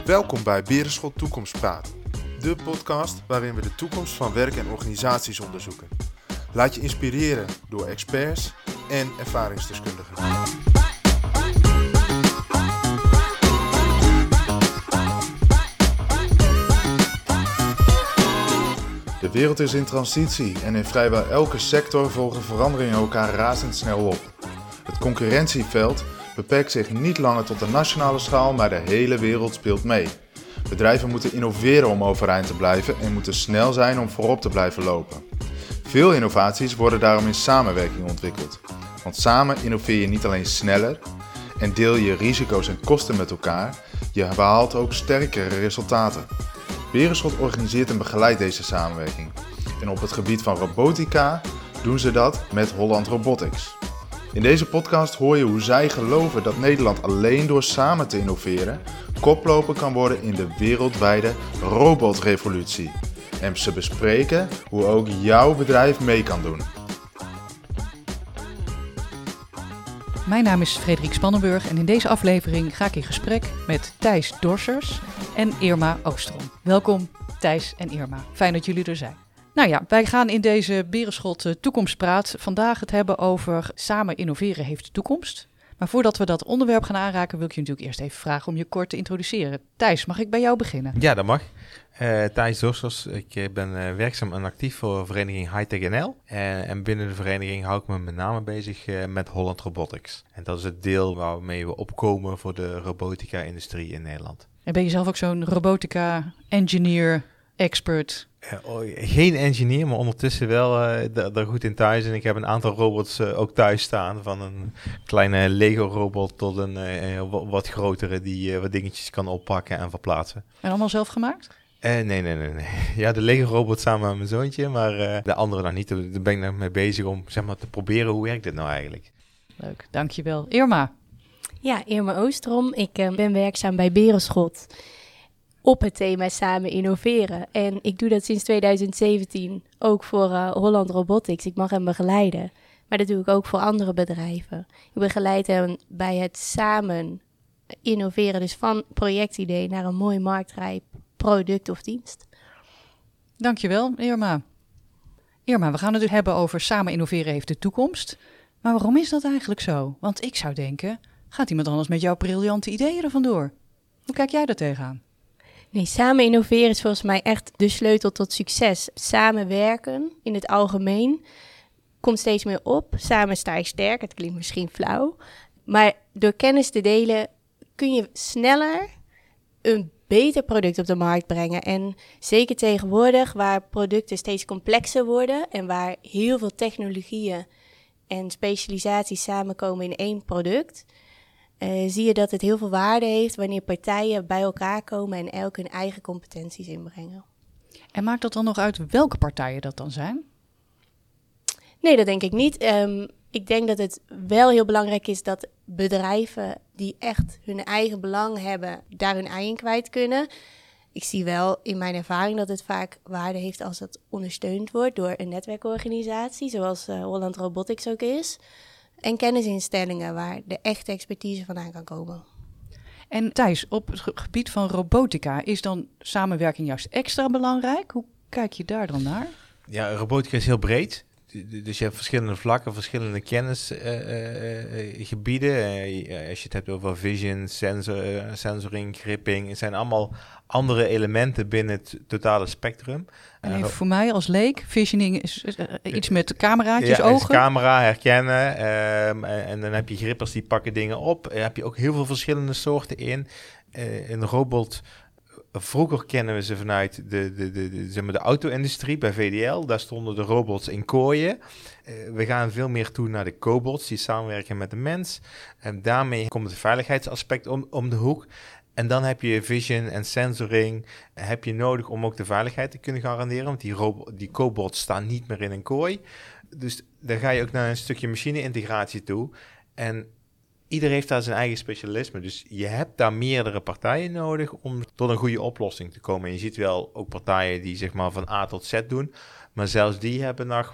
Welkom bij Berenschot Toekomstpraat, de podcast waarin we de toekomst van werk en organisaties onderzoeken. Laat je inspireren door experts en ervaringsdeskundigen. De wereld is in transitie en in vrijwel elke sector volgen veranderingen elkaar razendsnel op. Het concurrentieveld beperkt zich niet langer tot de nationale schaal, maar de hele wereld speelt mee. Bedrijven moeten innoveren om overeind te blijven en moeten snel zijn om voorop te blijven lopen. Veel innovaties worden daarom in samenwerking ontwikkeld. Want samen innoveer je niet alleen sneller en deel je risico's en kosten met elkaar, je behaalt ook sterkere resultaten. Berenschot organiseert en begeleidt deze samenwerking. En op het gebied van robotica doen ze dat met Holland Robotics. In deze podcast hoor je hoe zij geloven dat Nederland alleen door samen te innoveren koploper kan worden in de wereldwijde robotrevolutie. En ze bespreken hoe ook jouw bedrijf mee kan doen. Mijn naam is Frederik Spannenburg en in deze aflevering ga ik in gesprek met Thijs Dorsers en Irma Oostrom. Welkom Thijs en Irma, fijn dat jullie er zijn. Nou ja, wij gaan in deze Berenschot Toekomstpraat vandaag het hebben over samen innoveren heeft de toekomst. Maar voordat we dat onderwerp gaan aanraken wil ik je natuurlijk eerst even vragen om je kort te introduceren. Thijs, mag ik bij jou beginnen? Ja, dat mag. Thijs Dorsers, ik ben werkzaam en actief voor vereniging Hightech NL. En binnen de vereniging hou ik me met name bezig met Holland Robotics. En dat is het deel waarmee we opkomen voor de robotica-industrie in Nederland. En ben je zelf ook zo'n robotica-engineer, expert? Geen engineer, maar ondertussen wel daar goed in thuis. En ik heb een aantal robots ook thuis staan. Van een kleine Lego-robot tot een wat grotere die wat dingetjes kan oppakken en verplaatsen. En allemaal zelf gemaakt? Nee. Ja, de Lego-robot samen met mijn zoontje, maar de andere nog niet. Daar ben ik nog mee bezig om zeg maar, te proberen hoe werkt dit nou eigenlijk. Leuk, dankjewel. Irma? Ja, Irma Oostrom. Ik ben werkzaam bij Berenschot op het thema samen innoveren. En ik doe dat sinds 2017 ook voor Holland Robotics. Ik mag hem begeleiden. Maar dat doe ik ook voor andere bedrijven. Ik begeleid hen bij het samen innoveren. Dus van projectidee naar een mooi marktrijp product of dienst. Dankjewel, Irma. Irma, we gaan het dus hebben over samen innoveren heeft de toekomst. Maar waarom is dat eigenlijk zo? Want ik zou denken, gaat iemand anders met jouw briljante ideeën er vandoor? Hoe kijk jij daar tegenaan? Nee, samen innoveren is volgens mij echt de sleutel tot succes. Samenwerken in het algemeen komt steeds meer op. Samen sta je sterk, het klinkt misschien flauw. Maar door kennis te delen kun je sneller een beter product op de markt brengen. En zeker tegenwoordig, waar producten steeds complexer worden en waar heel veel technologieën en specialisaties samenkomen in één product, zie je dat het heel veel waarde heeft wanneer partijen bij elkaar komen en elk hun eigen competenties inbrengen. En maakt dat dan nog uit welke partijen dat dan zijn? Nee, dat denk ik niet. Ik denk dat het wel heel belangrijk is dat bedrijven die echt hun eigen belang hebben, daar hun ei in kwijt kunnen. Ik zie wel in mijn ervaring dat het vaak waarde heeft als het ondersteund wordt door een netwerkorganisatie, zoals Holland Robotics ook is. En kennisinstellingen waar de echte expertise vandaan kan komen. En Thijs, op het gebied van robotica is dan samenwerking juist extra belangrijk? Hoe kijk je daar dan naar? Ja, robotica is heel breed. Dus je hebt verschillende vlakken, verschillende kennisgebieden. Als je het hebt over vision, sensoring, gripping. Het zijn allemaal andere elementen binnen het totale spectrum. En even voor mij als leek, visioning is iets met cameraatjes, ogen? ogen? Ja, camera, herkennen. En dan heb je grippers die pakken dingen op. Daar heb je ook heel veel verschillende soorten in. Een robot, vroeger kennen we ze vanuit de auto-industrie bij VDL. Daar stonden de robots in kooien. We gaan veel meer toe naar de cobots die samenwerken met de mens. En daarmee komt het veiligheidsaspect om de hoek. En dan heb je vision en sensoring heb je nodig om ook de veiligheid te kunnen garanderen. Want die cobots staan niet meer in een kooi. Dus dan ga je ook naar een stukje machine-integratie toe. En ieder heeft daar zijn eigen specialisme. Dus je hebt daar meerdere partijen nodig om tot een goede oplossing te komen. En je ziet wel ook partijen die zeg maar van A tot Z doen. Maar zelfs die hebben nog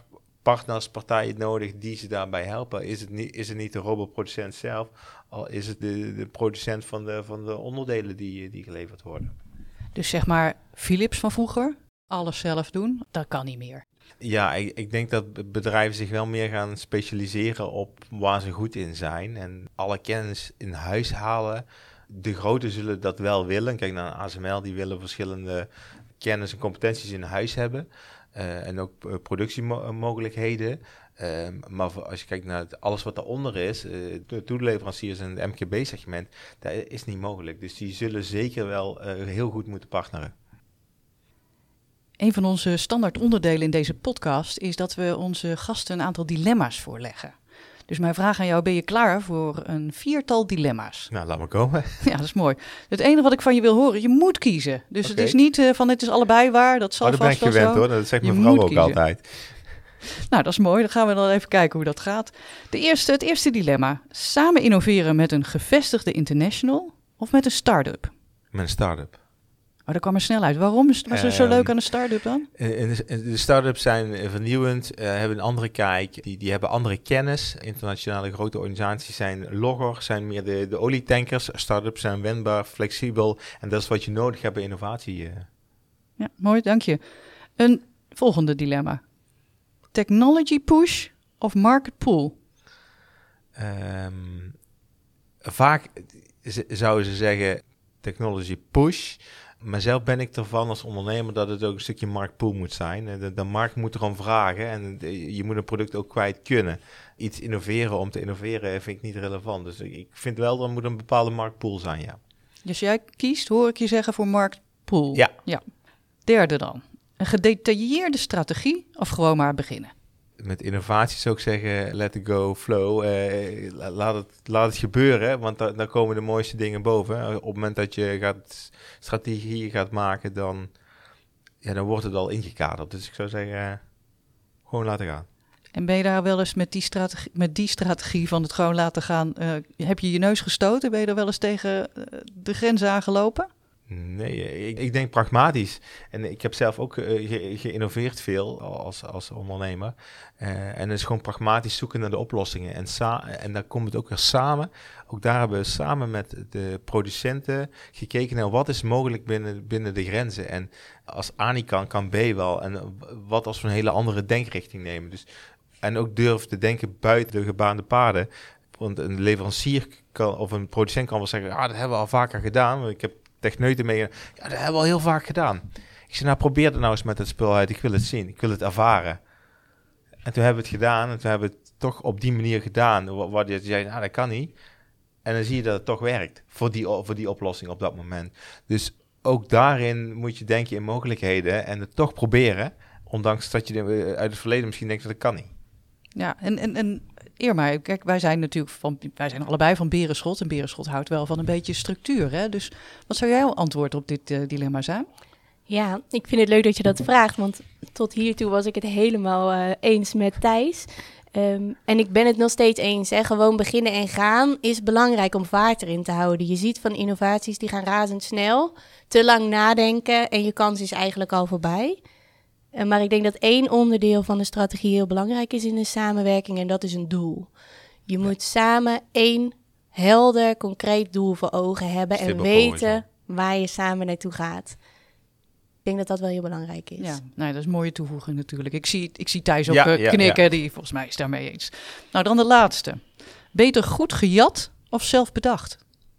partners, partijen nodig die ze daarbij helpen. Is het niet de robotproducent zelf, al is het de producent van de onderdelen die geleverd worden. Dus zeg maar Philips van vroeger, alles zelf doen, dat kan niet meer. Ja, ik denk dat bedrijven zich wel meer gaan specialiseren op waar ze goed in zijn en alle kennis in huis halen. De grote zullen dat wel willen. Kijk naar ASML, die willen verschillende kennis en competenties in huis hebben. En ook productiemogelijkheden. Maar als je kijkt naar alles wat daaronder is, de toeleveranciers en het MKB-segment, dat is niet mogelijk. Dus die zullen zeker wel heel goed moeten partneren. Een van onze standaard onderdelen in deze podcast is dat we onze gasten een aantal dilemma's voorleggen. Dus mijn vraag aan jou, ben je klaar voor een 4-tal dilemma's? Nou, laat maar komen. Ja, dat is mooi. Het enige wat ik van je wil horen, je moet kiezen. Dus Het is niet van het is allebei waar, dat zal dat ben ik vast wel gewend zo. hoor, dat zegt Je mijn vrouw moet ook kiezen. altijd. Nou, dat is mooi. Dan gaan we dan even kijken hoe dat gaat. Het eerste dilemma. Samen innoveren met een gevestigde international of met een start-up? Met een start-up. Oh, dat kwam er snel uit. Waarom was het zo leuk aan een start-up dan? De start-ups zijn vernieuwend, hebben een andere kijk, die hebben andere kennis. Internationale grote organisaties zijn logger, zijn meer de olietankers. Start-ups zijn wendbaar, flexibel en dat is wat je nodig hebt bij innovatie. Ja, mooi, dank je. Een volgende dilemma. Technology push of market pull? Vaak zouden ze zeggen technology push. Maar zelf ben ik ervan als ondernemer dat het ook een stukje marktpool moet zijn. De markt moet erom vragen en je moet een product ook kwijt kunnen. Iets innoveren om te innoveren vind ik niet relevant. Dus ik vind wel dat er moet een bepaalde marktpool zijn, ja. Dus jij kiest, hoor ik je zeggen, voor marktpool. Ja. Derde dan. Een gedetailleerde strategie of gewoon maar beginnen? Met innovatie zou ik zeggen, let it go, flow. Laat het gebeuren, want daar komen de mooiste dingen boven. Op het moment dat je strategieën gaat maken, dan wordt het al ingekaderd. Dus ik zou zeggen, gewoon laten gaan. En ben je daar wel eens met die strategie van het gewoon laten gaan, heb je je neus gestoten? Ben je er wel eens tegen de grenzen aangelopen? Nee, ik denk pragmatisch. En ik heb zelf ook geïnnoveerd veel als ondernemer. En het is gewoon pragmatisch zoeken naar de oplossingen. En daar komt het ook weer samen. Ook daar hebben we samen met de producenten gekeken naar wat is mogelijk binnen de grenzen. En als A niet kan B wel. En wat als we een hele andere denkrichting nemen. Dus, en ook durven te denken buiten de gebaande paden. Want een leverancier of een producent kan wel zeggen, dat hebben we al vaker gedaan. Ik heb techneuten mee. Ja, dat hebben we al heel vaak gedaan. Ik zei, nou probeer het nou eens met het spul uit. Ik wil het zien. Ik wil het ervaren. En toen hebben we het gedaan. En toen hebben we het toch op die manier gedaan. Waar je zei, dat kan niet. En dan zie je dat het toch werkt. Voor die oplossing op dat moment. Dus ook daarin moet je denken in mogelijkheden. En het toch proberen. Ondanks dat je uit het verleden misschien denkt dat het kan niet. Ja, en Irma, kijk, wij zijn allebei van Berenschot. En Berenschot houdt wel van een beetje structuur. Hè? Dus wat zou jouw antwoord op dit dilemma zijn? Ja, ik vind het leuk dat je dat vraagt, want tot hiertoe was ik het helemaal eens met Thijs. En ik ben het nog steeds eens. Hè? Gewoon beginnen en gaan is belangrijk om vaart erin te houden. Je ziet van innovaties die gaan razendsnel, te lang nadenken en je kans is eigenlijk al voorbij. Maar ik denk dat 1 onderdeel van de strategie heel belangrijk is in de samenwerking en dat is een doel. Je moet samen 1 helder, concreet doel voor ogen hebben en weten waar je samen naartoe gaat. Ik denk dat dat wel heel belangrijk is. Ja, dat is een mooie toevoeging natuurlijk. Ik zie Thijs ook knikken, die volgens mij is daarmee eens. Nou, dan de laatste. Beter goed gejat of zelf bedacht?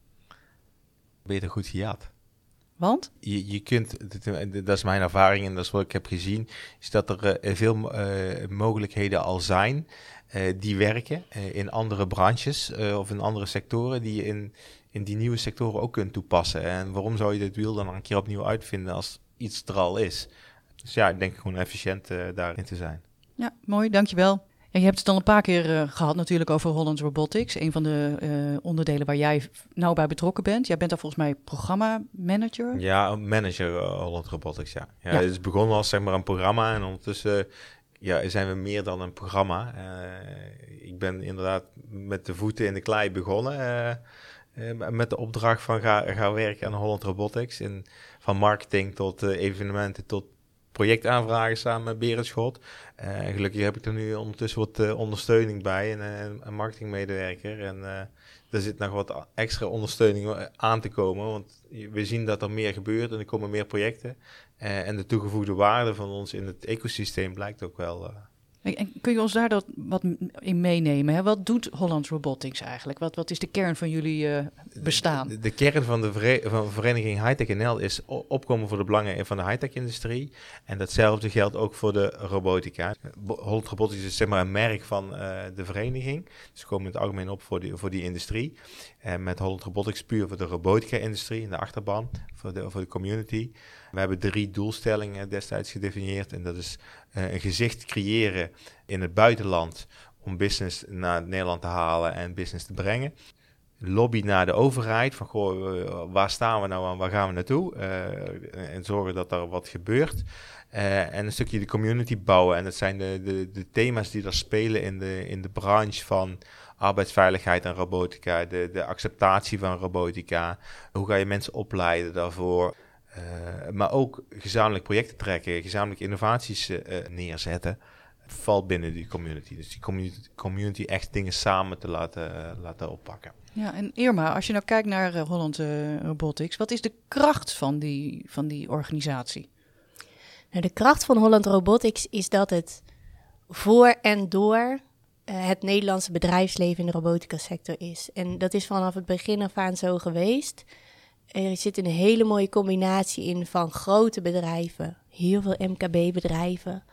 Beter goed gejat. Want? Je kunt, dat is mijn ervaring en dat is wat ik heb gezien, is dat er veel mogelijkheden al zijn die werken in andere branches of in andere sectoren die je in die nieuwe sectoren ook kunt toepassen. En waarom zou je dit wiel dan een keer opnieuw uitvinden als iets er al is? Dus ja, ik denk gewoon efficiënt daarin te zijn. Ja, mooi, dankjewel. Ja, je hebt het al een paar keer gehad natuurlijk over Holland Robotics. Een van de onderdelen waar jij nauw bij betrokken bent. Jij bent daar volgens mij programma-manager. Ja, manager Holland Robotics, ja. Het is begonnen als zeg maar een programma en ondertussen zijn we meer dan een programma. Ik ben inderdaad met de voeten in de klei begonnen. Met de opdracht van ga werken aan Holland Robotics. Van marketing tot evenementen tot projectaanvragen samen met Berenschot. Gelukkig heb ik er nu ondertussen wat ondersteuning bij, een marketingmedewerker. En er zit nog wat extra ondersteuning aan te komen, want we zien dat er meer gebeurt en er komen meer projecten. En de toegevoegde waarde van ons in het ecosysteem blijkt ook wel. En kun je ons daar wat in meenemen? Hè? Wat doet Holland Robotics eigenlijk? Wat is de kern van jullie bestaan? De kern van de vereniging Hightech NL is opkomen voor de belangen van de hightech-industrie. En datzelfde geldt ook voor de robotica. Holland Robotics is zeg maar een merk van de vereniging. Dus we komen in het algemeen op voor die industrie. En met Holland Robotics puur voor de robotica-industrie in de achterban, voor de community. We hebben 3 doelstellingen destijds gedefinieerd. En dat is een gezicht creëren in het buitenland om business naar Nederland te halen en business te brengen. Lobby naar de overheid van waar staan we nou aan, waar gaan we naartoe? En zorgen dat er wat gebeurt. En een stukje de community bouwen. En dat zijn de thema's die er spelen in de branche van arbeidsveiligheid en robotica. De acceptatie van robotica. Hoe ga je mensen opleiden daarvoor? Maar ook gezamenlijk projecten trekken, gezamenlijke innovaties neerzetten, valt binnen die community. Dus die community echt dingen samen te laten oppakken. Ja, en Irma, als je nou kijkt naar Holland Robotics, wat is de kracht van die organisatie? Nou, de kracht van Holland Robotics is dat het voor en door het Nederlandse bedrijfsleven in de robotica sector is. En dat is vanaf het begin af aan zo geweest. Er zit een hele mooie combinatie in van grote bedrijven, heel veel MKB-bedrijven,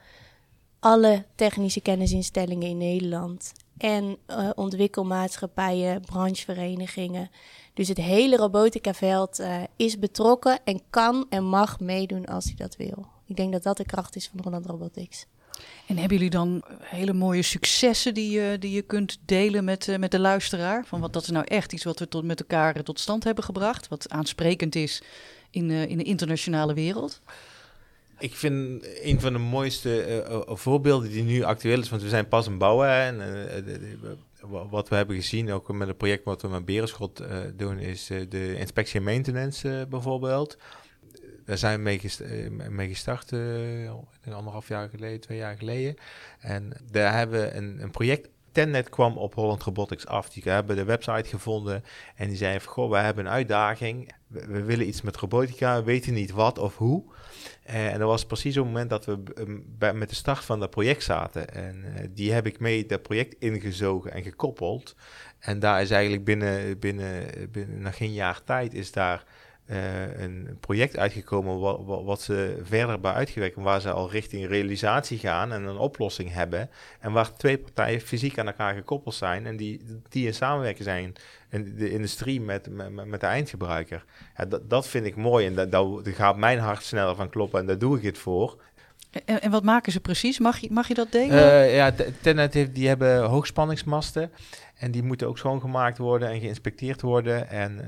alle technische kennisinstellingen in Nederland en ontwikkelmaatschappijen, brancheverenigingen. Dus het hele robotica-veld is betrokken en kan en mag meedoen als hij dat wil. Ik denk dat dat de kracht is van Holland Robotics. En hebben jullie dan hele mooie successen die je kunt delen met de luisteraar? Van dat is nou echt iets wat we met elkaar tot stand hebben gebracht, wat aansprekend is in de internationale wereld? Ik vind een van de mooiste voorbeelden die nu actueel is, want we zijn pas aan het bouwen. Wat we hebben gezien, ook met het project wat we met Berenschot doen, is de inspectie en maintenance bijvoorbeeld. Daar zijn we mee gestart 1,5 jaar geleden, 2 jaar geleden. En daar hebben we een project. Tennet kwam op Holland Robotics af. Die hebben de website gevonden en die zeiden van, goh, wij hebben een uitdaging. We willen iets met robotica, we weten niet wat of hoe. En dat was precies op het moment dat we met de start van dat project zaten. En die heb ik mee dat project ingezogen en gekoppeld. En daar is eigenlijk binnen nog geen jaar tijd is daar een project uitgekomen wat ze verder bij uitgewerkt, waar ze al richting realisatie gaan en een oplossing hebben. En waar 2 partijen fysiek aan elkaar gekoppeld zijn en die in samenwerking zijn. En de industrie met de eindgebruiker. Ja, dat vind ik mooi en daar gaat mijn hart sneller van kloppen en daar doe ik het voor. En wat maken ze precies? Mag je dat delen? Tennet die hebben hoogspanningsmasten. En die moeten ook schoongemaakt worden en geïnspecteerd worden. En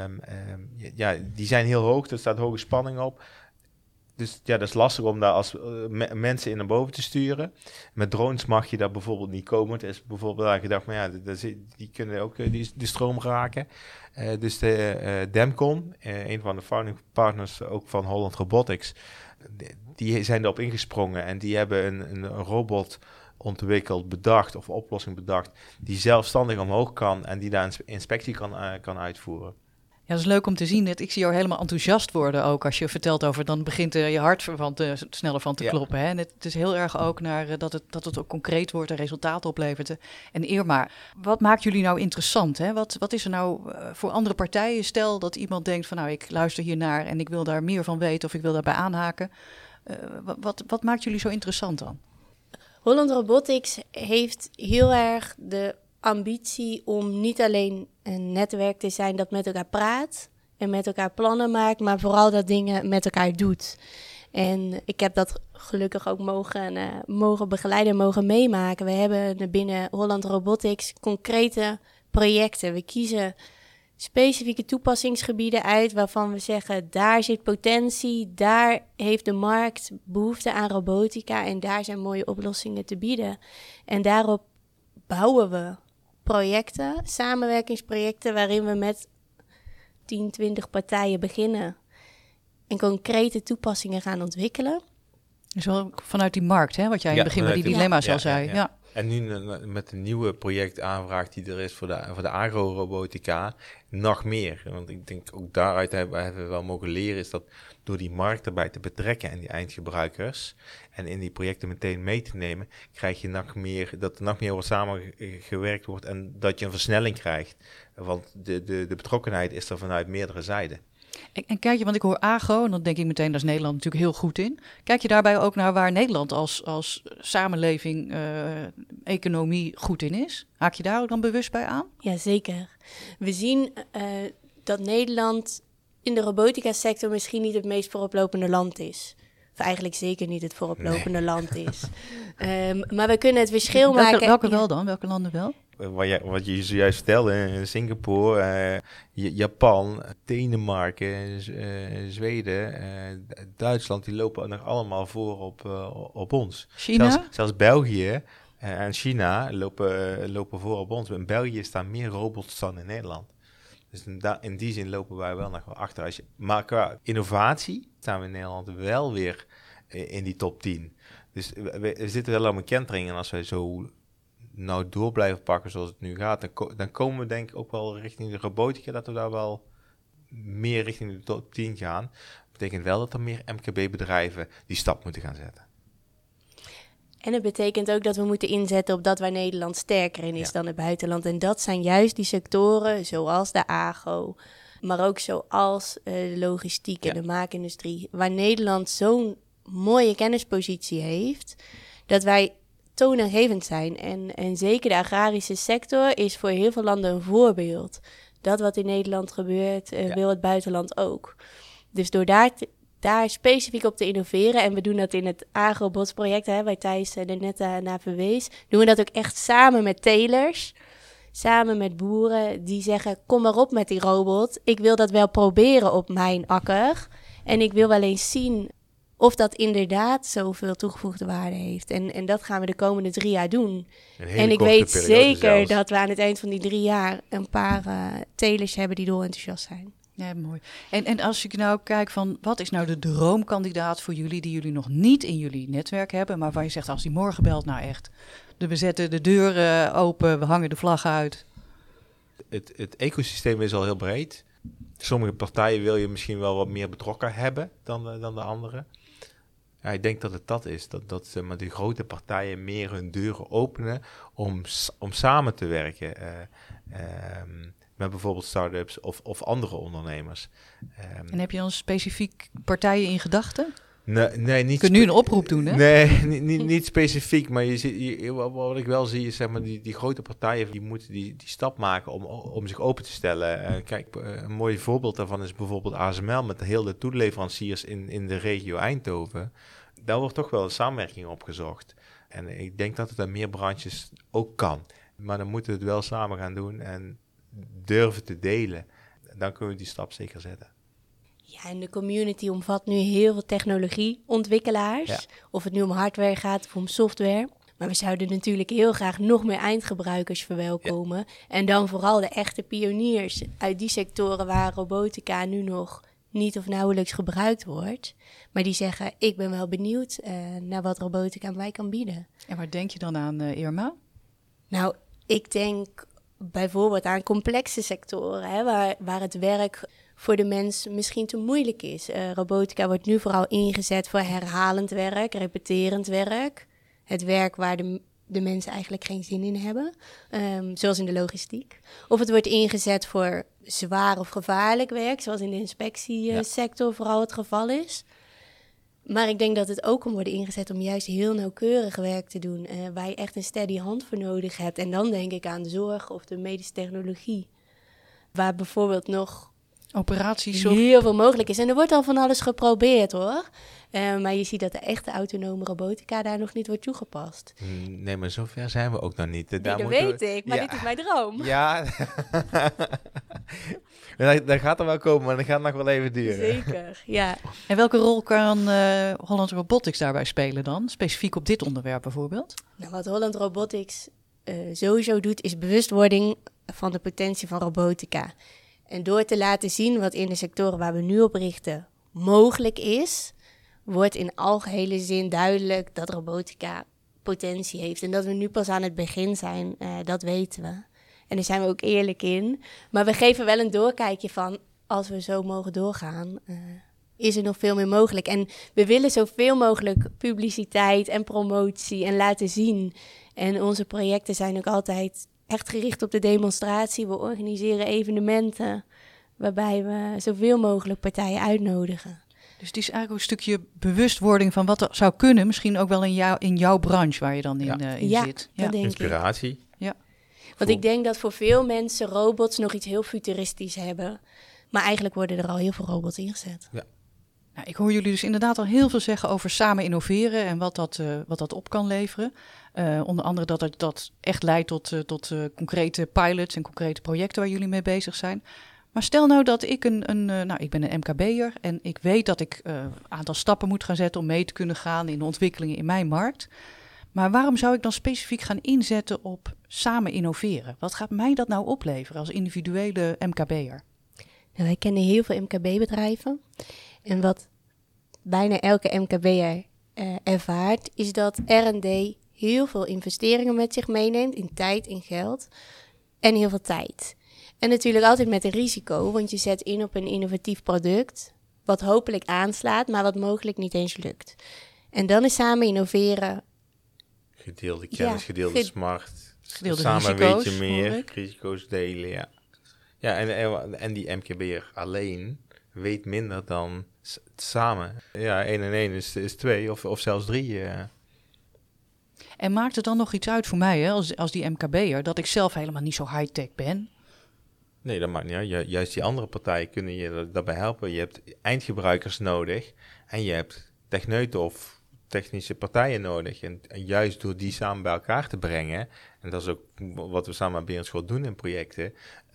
die zijn heel hoog, er staat hoge spanning op. Dus ja, dat is lastig om daar als mensen in naar boven te sturen. Met drones mag je daar bijvoorbeeld niet komen. Het is bijvoorbeeld aan gedacht, maar ja, die kunnen ook die stroom raken. Dus de Demcon, een van de founding partners ook van Holland Robotics, die zijn erop ingesprongen en die hebben een robot ontwikkeld, bedacht of oplossing bedacht, die zelfstandig omhoog kan en die daar een inspectie kan uitvoeren. Ja, dat is leuk om te zien. Ik zie jou helemaal enthousiast worden ook als je vertelt over, dan begint je hart sneller van te kloppen. Hè? En het is heel erg ook naar dat het ook concreet wordt en resultaten oplevert. En Irma, wat maakt jullie nou interessant? Hè? Wat is er nou voor andere partijen? Stel dat iemand denkt van, nou, ik luister hiernaar en ik wil daar meer van weten of ik wil daarbij aanhaken. Wat maakt jullie zo interessant dan? Holland Robotics heeft heel erg de ambitie om niet alleen een netwerk te zijn dat met elkaar praat en met elkaar plannen maakt, maar vooral dat dingen met elkaar doet. En ik heb dat gelukkig ook mogen begeleiden en mogen meemaken. We hebben binnen Holland Robotics concrete projecten. We kiezen specifieke toepassingsgebieden uit waarvan we zeggen, daar zit potentie, daar heeft de markt behoefte aan robotica en daar zijn mooie oplossingen te bieden. En daarop bouwen we projecten, samenwerkingsprojecten waarin we met 10, 20 partijen beginnen en concrete toepassingen gaan ontwikkelen. Dus wel vanuit die markt, hè, wat jij in het begin met die dilemma's al zei. Ja. En nu met de nieuwe projectaanvraag die er is voor de agro-robotica, nog meer. Want ik denk ook daaruit hebben we wel mogen leren, is dat door die markt erbij te betrekken en die eindgebruikers en in die projecten meteen mee te nemen, krijg je nog meer, dat er nog meer wordt samengewerkt wordt en dat je een versnelling krijgt. Want de betrokkenheid is er vanuit meerdere zijden. En kijk je, want ik hoor agro, en dan denk ik meteen, daar is Nederland natuurlijk heel goed in. Kijk je daarbij ook naar waar Nederland als samenleving, economie goed in is? Haak je daar ook dan bewust bij aan? Ja, zeker. We zien dat Nederland in de robotica sector misschien niet het meest vooroplopende land is. Of eigenlijk zeker niet het vooroplopende land is. Maar we kunnen het verschil maken. Welke wel dan? Welke landen wel? Wat je zojuist vertelde, Singapore, Japan, Denemarken, Zweden, Duitsland, die lopen nog allemaal voor op ons. China? Zelfs België en China lopen voor op ons. In België staan meer robots dan in Nederland. Dus in die zin lopen wij wel nog wel achter. Maar qua innovatie staan we in Nederland wel weer in die top 10. Dus we zitten wel aan een kentering en als wij zo nou door blijven pakken zoals het nu gaat, dan komen we denk ik ook wel richting de robotica, dat we daar wel meer richting de top 10 gaan. Dat betekent wel dat er meer MKB-bedrijven die stap moeten gaan zetten. En het betekent ook dat we moeten inzetten op dat waar Nederland sterker in is dan het buitenland. En dat zijn juist die sectoren zoals de agro, maar ook zoals de logistiek en de maakindustrie, waar Nederland zo'n mooie kennispositie heeft, dat wij toonaangevend zijn. En zeker de agrarische sector is voor heel veel landen een voorbeeld. Dat wat in Nederland gebeurt, wil het buitenland ook. Dus door daar specifiek op te innoveren, en we doen dat in het agrobots-project, waar Thijs er net naar verwees, doen we dat ook echt samen met telers, samen met boeren die zeggen, kom maar op met die robot. Ik wil dat wel proberen op mijn akker. En ik wil wel eens zien of dat inderdaad zoveel toegevoegde waarde heeft. En dat gaan we de komende 3 jaar doen. En ik weet zeker dat we aan het eind van die 3 jaar een paar telers hebben die dolenthousiast zijn. Ja, mooi. En als ik nou kijk van, wat is nou de droomkandidaat voor jullie die jullie nog niet in jullie netwerk hebben, maar waar je zegt, als die morgen belt, nou echt, we zetten de deuren open, we hangen de vlag uit. Het ecosysteem is al heel breed. Sommige partijen wil je misschien wel wat meer betrokken hebben dan de andere. Ja, ik denk dat het dat is. Dat maar die grote partijen meer hun deuren openen om samen te werken. Met bijvoorbeeld start-ups of andere ondernemers. En heb je dan specifiek partijen in gedachten? Nee, niet. Kun je nu een oproep doen, hè? Nee, niet specifiek. Maar wat ik wel zie is, zeg maar, die grote partijen die moeten die stap maken om zich open te stellen. Kijk, een mooi voorbeeld daarvan is bijvoorbeeld ASML met heel de toeleveranciers in de regio Eindhoven. Daar wordt toch wel een samenwerking op gezocht. En ik denk dat het aan meer branches ook kan. Maar dan moeten we het wel samen gaan doen en durven te delen. Dan kunnen we die stap zeker zetten. Ja, en de community omvat nu heel veel technologieontwikkelaars. Ja. Of het nu om hardware gaat of om software. Maar we zouden natuurlijk heel graag nog meer eindgebruikers verwelkomen. Ja. En dan vooral de echte pioniers uit die sectoren waar robotica nu nog niet of nauwelijks gebruikt wordt. Maar die zeggen, ik ben wel benieuwd naar wat robotica mij kan bieden. En waar denk je dan aan, Irma? Nou, ik denk bijvoorbeeld aan complexe sectoren, waar het werk voor de mens misschien te moeilijk is. Robotica wordt nu vooral ingezet voor herhalend werk, repeterend werk. Het werk waar de mensen eigenlijk geen zin in hebben, zoals in de logistiek. Of het wordt ingezet voor zwaar of gevaarlijk werk, zoals in de inspectiesector vooral het geval is. Maar ik denk dat het ook kan worden ingezet om juist heel nauwkeurig werk te doen, waar je echt een steady hand voor nodig hebt. En dan denk ik aan de zorg of de medische technologie, waar bijvoorbeeld nog operaties heel veel mogelijk is. En er wordt al van alles geprobeerd, hoor. Maar je ziet dat de echte autonome robotica daar nog niet wordt toegepast. Nee, maar zover zijn we ook nog niet. Nee, dat weet ik, maar dit is mijn droom. Ja, dat gaat er wel komen, maar dat gaat nog wel even duren. Zeker, ja. En welke rol kan Holland Robotics daarbij spelen dan? Specifiek op dit onderwerp bijvoorbeeld? Nou, wat Holland Robotics sowieso doet, is bewustwording van de potentie van robotica. En door te laten zien wat in de sectoren waar we nu op richten mogelijk is, wordt in algehele zin duidelijk dat robotica potentie heeft. En dat we nu pas aan het begin zijn, dat weten we. En daar zijn we ook eerlijk in. Maar we geven wel een doorkijkje van, als we zo mogen doorgaan, is er nog veel meer mogelijk. En we willen zoveel mogelijk publiciteit en promotie en laten zien. En onze projecten zijn ook altijd echt gericht op de demonstratie. We organiseren evenementen waarbij we zoveel mogelijk partijen uitnodigen. Dus het is eigenlijk ook een stukje bewustwording van wat er zou kunnen. Misschien ook wel in jouw branche waar je dan in zit. Ja, dat denk inspiratie. ik. Want ik denk dat voor veel mensen robots nog iets heel futuristisch hebben. Maar eigenlijk worden er al heel veel robots ingezet. Ja. Nou, ik hoor jullie dus inderdaad al heel veel zeggen over samen innoveren en wat dat op kan leveren. Onder andere dat echt leidt tot concrete pilots en concrete projecten waar jullie mee bezig zijn. Maar stel nou dat ik ik ben een MKB'er en ik weet dat ik een aantal stappen moet gaan zetten om mee te kunnen gaan in de ontwikkelingen in mijn markt. Maar waarom zou ik dan specifiek gaan inzetten op samen innoveren? Wat gaat mij dat nou opleveren als individuele MKB'er? Nou, wij kennen heel veel MKB-bedrijven. En wat bijna elke MKB'er ervaart, is dat R&D heel veel investeringen met zich meeneemt in tijd, in geld en heel veel tijd. En natuurlijk altijd met een risico, want je zet in op een innovatief product, wat hopelijk aanslaat, maar wat mogelijk niet eens lukt. En dan is samen innoveren... Gedeelde kennis, gedeelde smart. Gedeelde samen risico's, weet je meer, hoor ik. risico's delen, ja. Ja, en die MKB'er alleen weet minder dan samen. Ja, 1 en 1 is 2 of zelfs 3. En maakt het dan nog iets uit voor mij, hè, als die MKB'er, dat ik zelf helemaal niet zo high-tech ben? Nee, dat maakt niet uit. Juist die andere partijen kunnen je daarbij helpen. Je hebt eindgebruikers nodig en je hebt techneuten of technische partijen nodig. En juist door die samen bij elkaar te brengen, en dat is ook wat we samen met Berenschot doen in projecten,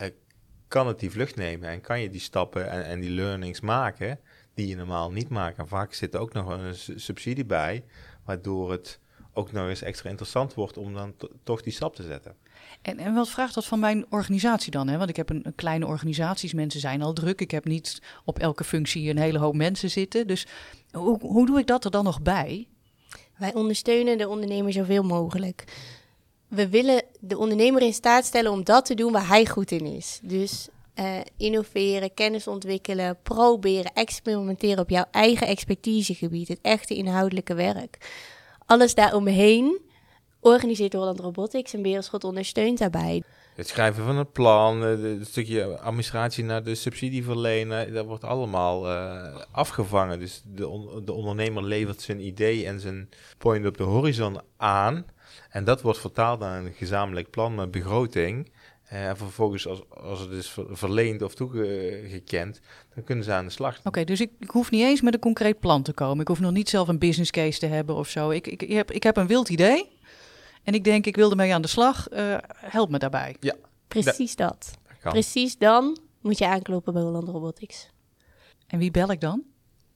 kan het die vlucht nemen en kan je die stappen en die learnings maken die je normaal niet maakt. En vaak zit er ook nog een subsidie bij, waardoor het ook nog eens extra interessant wordt om dan toch die stap te zetten. En wat vraagt dat van mijn organisatie dan? Hè? Want ik heb een kleine organisatie, mensen zijn al druk. Ik heb niet op elke functie een hele hoop mensen zitten. Dus hoe doe ik dat er dan nog bij? Wij ondersteunen de ondernemer zoveel mogelijk. We willen de ondernemer in staat stellen om dat te doen waar hij goed in is. Dus innoveren, kennis ontwikkelen, proberen, experimenteren op jouw eigen expertisegebied. Het echte inhoudelijke werk. Alles daaromheen organiseert Holland Robotics en Berenschot ondersteunt daarbij. Het schrijven van een plan, het stukje administratie naar de subsidieverlener, dat wordt allemaal afgevangen. Dus de ondernemer levert zijn idee en zijn point op de horizon aan. En dat wordt vertaald naar een gezamenlijk plan met begroting. En vervolgens, als het is verleend of toegekend, dan kunnen ze aan de slag. Oké, dus ik hoef niet eens met een concreet plan te komen. Ik hoef nog niet zelf een business case te hebben of zo. Ik heb een wild idee en ik denk, ik wil ermee aan de slag. Help me daarbij. Ja. Precies dat. Precies dan moet je aankloppen bij Holland Robotics. En wie bel ik dan?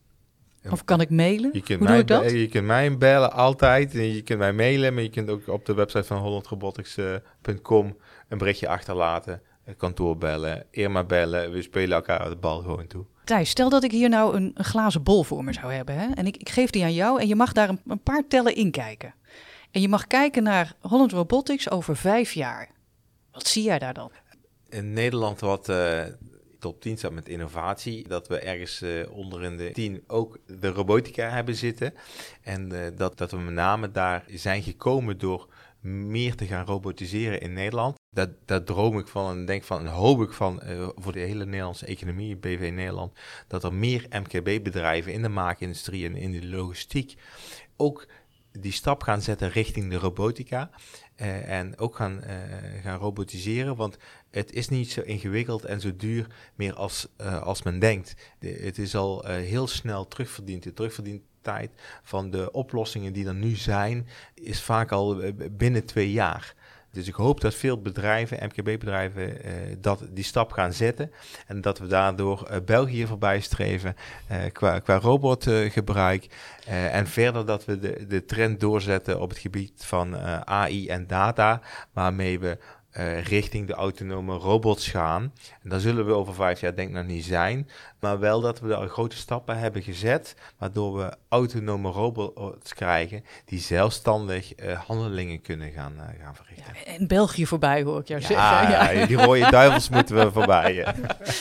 Of kan ik mailen? Hoe doe ik dat? Je kunt mij bellen altijd. En je kunt mij mailen, maar je kunt ook op de website van hollandrobotics.com een berichtje achterlaten. Kantoor bellen, Irma bellen. We spelen elkaar de bal gewoon toe. Thijs, stel dat ik hier nou een glazen bol voor me zou hebben. Hè? En ik geef die aan jou en je mag daar een paar tellen in kijken. En je mag kijken naar Holland Robotics over 5 jaar. Wat zie jij daar dan? In Nederland wat top 10 staat met innovatie. Dat we ergens onder in de 10 ook de robotica hebben zitten. En dat we met name daar zijn gekomen door meer te gaan robotiseren in Nederland. Daar droom ik van en denk van en hoop ik van voor de hele Nederlandse economie, BV Nederland, dat er meer MKB-bedrijven in de maakindustrie en in de logistiek ook die stap gaan zetten richting de robotica. En ook gaan robotiseren, want het is niet zo ingewikkeld en zo duur meer als men denkt. Het is al heel snel terugverdiend. De terugverdientijd van de oplossingen die er nu zijn, is vaak al binnen 2 jaar. Dus ik hoop dat veel bedrijven, MKB-bedrijven, die stap gaan zetten. En dat we daardoor België voorbij streven qua robotgebruik. En verder dat we de trend doorzetten op het gebied van AI en data. Waarmee we richting de autonome robots gaan. En daar zullen we over 5 jaar denk ik nog niet zijn. Maar wel dat we daar grote stappen hebben gezet, waardoor we autonome robots krijgen die zelfstandig handelingen kunnen gaan verrichten. Ja, en België voorbij hoor ik jou zeggen. Ja, die rode duivels moeten we voorbij.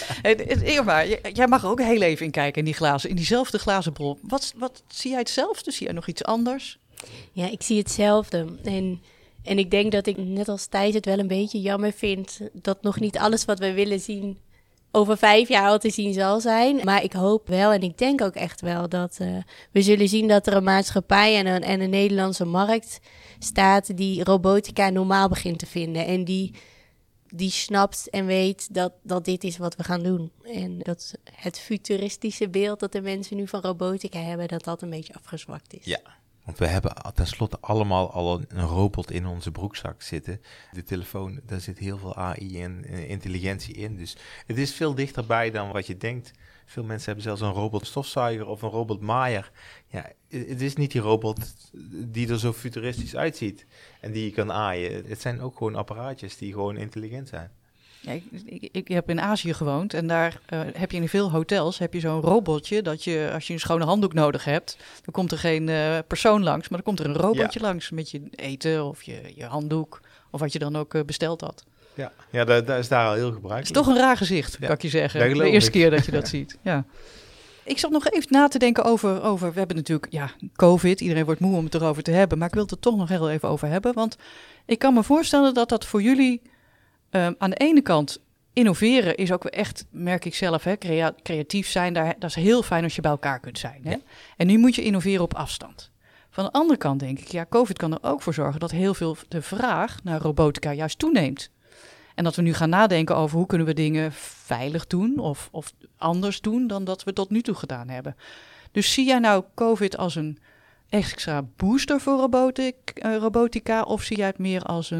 Irma, jij mag er ook heel even in kijken in die glazen, in diezelfde glazen bol. Wat zie jij hetzelfde? Zie jij nog iets anders? Ja, ik zie hetzelfde. En ik denk dat ik, net als Thijs, het wel een beetje jammer vind dat nog niet alles wat we willen zien over 5 jaar al te zien zal zijn. Maar ik hoop wel en ik denk ook echt wel dat we zullen zien dat er een maatschappij en een Nederlandse markt staat die robotica normaal begint te vinden. En die snapt en weet dat dit is wat we gaan doen. En dat het futuristische beeld dat de mensen nu van robotica hebben, dat een beetje afgezwakt is. Ja. Want we hebben tenslotte allemaal al een robot in onze broekzak zitten. De telefoon, daar zit heel veel AI en intelligentie in. Dus het is veel dichterbij dan wat je denkt. Veel mensen hebben zelfs een robotstofzuiger of een robotmaaier. Ja, het is niet die robot die er zo futuristisch uitziet en die je kan aaien. Het zijn ook gewoon apparaatjes die gewoon intelligent zijn. Ja, ik heb in Azië gewoond en daar heb je in veel hotels zo'n robotje dat je, als je een schone handdoek nodig hebt, dan komt er geen persoon langs, maar dan komt er een robotje langs met je eten of je handdoek of wat je dan ook besteld had. Ja, dat is daar al heel gebruikelijk. Het is toch een raar gezicht, kan ik je zeggen. De eerste keer dat je dat ziet. Ja. Ik zat nog even na te denken over we hebben natuurlijk, COVID, iedereen wordt moe om het erover te hebben, maar ik wil het er toch nog heel even over hebben, want ik kan me voorstellen dat dat voor jullie aan de ene kant innoveren is ook echt, merk ik zelf, creatief zijn. Dat is heel fijn als je bij elkaar kunt zijn. Hè? Ja. En nu moet je innoveren op afstand. Van de andere kant denk ik, COVID kan er ook voor zorgen dat heel veel de vraag naar robotica juist toeneemt. En dat we nu gaan nadenken over hoe kunnen we dingen veilig doen of anders doen dan dat we tot nu toe gedaan hebben. Dus zie jij nou COVID als een extra booster voor robotica of zie jij het meer als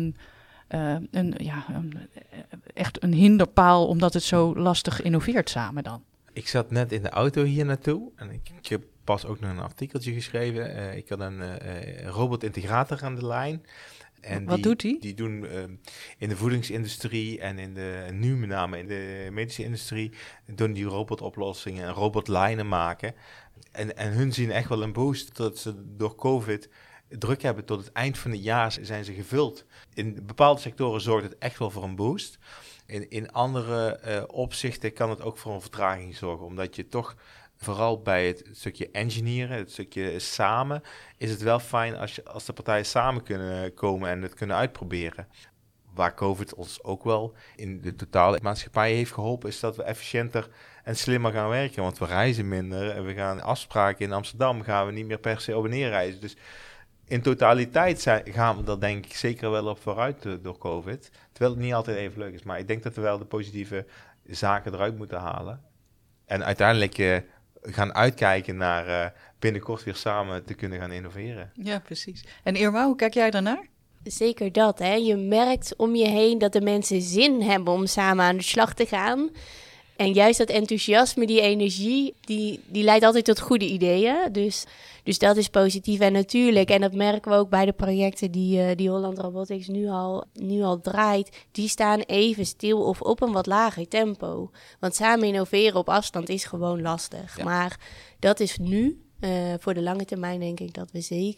echt een hinderpaal omdat het zo lastig innoveert samen dan? Ik zat net in de auto hier naartoe en ik heb pas ook nog een artikeltje geschreven. Ik had een robotintegrator aan de lijn. En wat doet die? Die doen in de voedingsindustrie en nu met name in de medische industrie, doen die robotoplossingen en robotlijnen maken. En hun zien echt wel een boost dat ze door COVID druk hebben. Tot het eind van het jaar zijn ze gevuld. In bepaalde sectoren zorgt het echt wel voor een boost. In andere opzichten kan het ook voor een vertraging zorgen. Omdat je toch, vooral bij het stukje engineeren, het stukje samen, is het wel fijn als de partijen samen kunnen komen en het kunnen uitproberen. Waar COVID ons ook wel in de totale maatschappij heeft geholpen, is dat we efficiënter en slimmer gaan werken. Want we reizen minder en we gaan afspraken in Amsterdam, gaan we niet meer per se op en neer reizen. Dus in totaliteit gaan we er denk ik zeker wel op vooruit door COVID. Terwijl het niet altijd even leuk is. Maar ik denk dat we wel de positieve zaken eruit moeten halen. En uiteindelijk gaan uitkijken naar binnenkort weer samen te kunnen gaan innoveren. Ja, precies. En Irma, hoe kijk jij daarnaar? Zeker dat, hè. Je merkt om je heen dat de mensen zin hebben om samen aan de slag te gaan. En juist dat enthousiasme, die energie, die leidt altijd tot goede ideeën. Dus dat is positief en natuurlijk. En dat merken we ook bij de projecten die Holland Robotics nu al draait. Die staan even stil of op een wat lager tempo. Want samen innoveren op afstand is gewoon lastig. Ja. Maar dat is nu, voor de lange termijn denk ik, dat we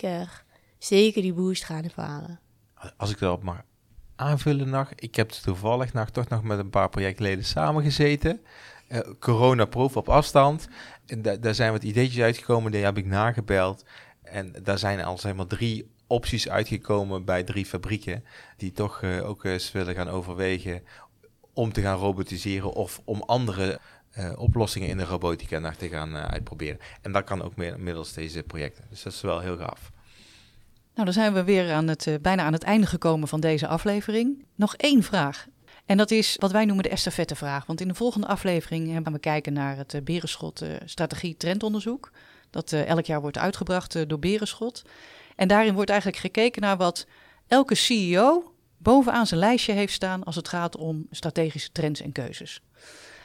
zeker die boost gaan ervaren. Als ik daarop mag aanvullen nog. Ik heb toevallig toch nog met een paar projectleden samengezeten. Corona-proof op afstand. En daar zijn wat ideetjes uitgekomen, die heb ik nagebeld. En daar zijn al zeg maar 3 opties uitgekomen bij 3 fabrieken. Die toch ook eens willen gaan overwegen om te gaan robotiseren of om andere oplossingen in de robotica nog te gaan uitproberen. En dat kan ook middels deze projecten. Dus dat is wel heel gaaf. Nou, dan zijn we weer bijna aan het einde gekomen van deze aflevering. Nog 1 vraag. En dat is wat wij noemen de estafettevraag. Want in de volgende aflevering gaan we kijken naar het Berenschot strategie trendonderzoek. Dat elk jaar wordt uitgebracht door Berenschot. En daarin wordt eigenlijk gekeken naar wat elke CEO bovenaan zijn lijstje heeft staan als het gaat om strategische trends en keuzes.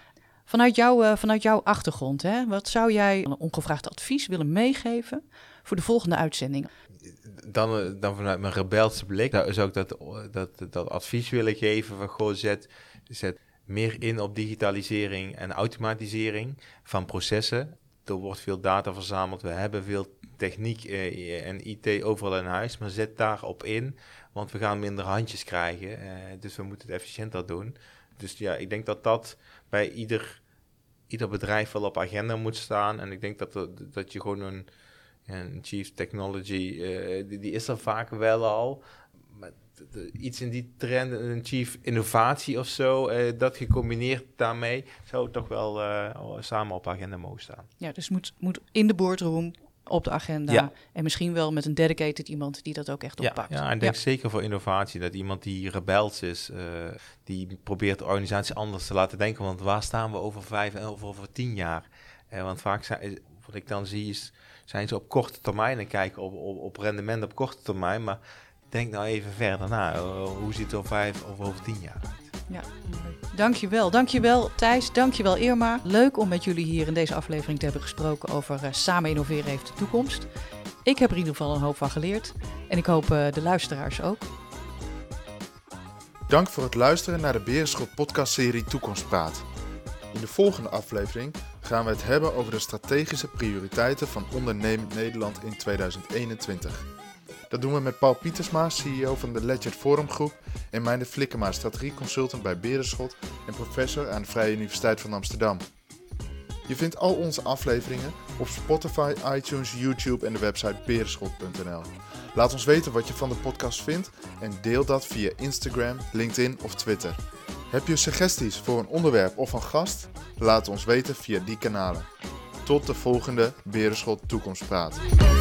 Vanuit jouw achtergrond, hè, wat zou jij een ongevraagd advies willen meegeven voor de volgende uitzending? Dan vanuit mijn rebelse blik zou ik dat advies willen geven van goh, zet meer in op digitalisering en automatisering van processen. Er wordt veel data verzameld, we hebben veel techniek en IT overal in huis, maar zet daarop in, want we gaan minder handjes krijgen, dus we moeten het efficiënter doen. Dus ja, ik denk dat bij ieder bedrijf wel op agenda moet staan en ik denk dat je gewoon een chief technology, die is er vaak wel al, maar iets in die trend, een chief innovatie of zo, dat gecombineerd daarmee, zou toch wel samen op agenda mogen staan. Ja, dus moet in de boardroom op de agenda en misschien wel met een dedicated iemand die dat ook echt oppakt. Ja, en ik denk zeker voor innovatie, dat iemand die rebels is, die probeert de organisatie anders te laten denken, want waar staan we over 5 of over 10 jaar? Want vaak wat ik dan zie zijn ze op korte termijn en kijken op rendement op korte termijn, maar denk nou even verder na. Hoe ziet het over 5 of over 10 jaar uit? Ja, dankjewel Thijs, dankjewel Irma. Leuk om met jullie hier in deze aflevering te hebben gesproken over Samen Innoveren heeft de toekomst. Ik heb er in ieder geval een hoop van geleerd en ik hoop de luisteraars ook. Dank voor het luisteren naar de Berenschot podcastserie Toekomstpraat. In de volgende aflevering gaan we het hebben over de strategische prioriteiten van ondernemend Nederland in 2021. Dat doen we met Paul Pietersma, CEO van de Ledger Forum Groep en Meijnerd Flikkema, strategieconsultant bij Berenschot en professor aan de Vrije Universiteit van Amsterdam. Je vindt al onze afleveringen op Spotify, iTunes, YouTube en de website berenschot.nl. Laat ons weten wat je van de podcast vindt en deel dat via Instagram, LinkedIn of Twitter. Heb je suggesties voor een onderwerp of een gast? Laat ons weten via die kanalen. Tot de volgende Berenschot Toekomstpraat.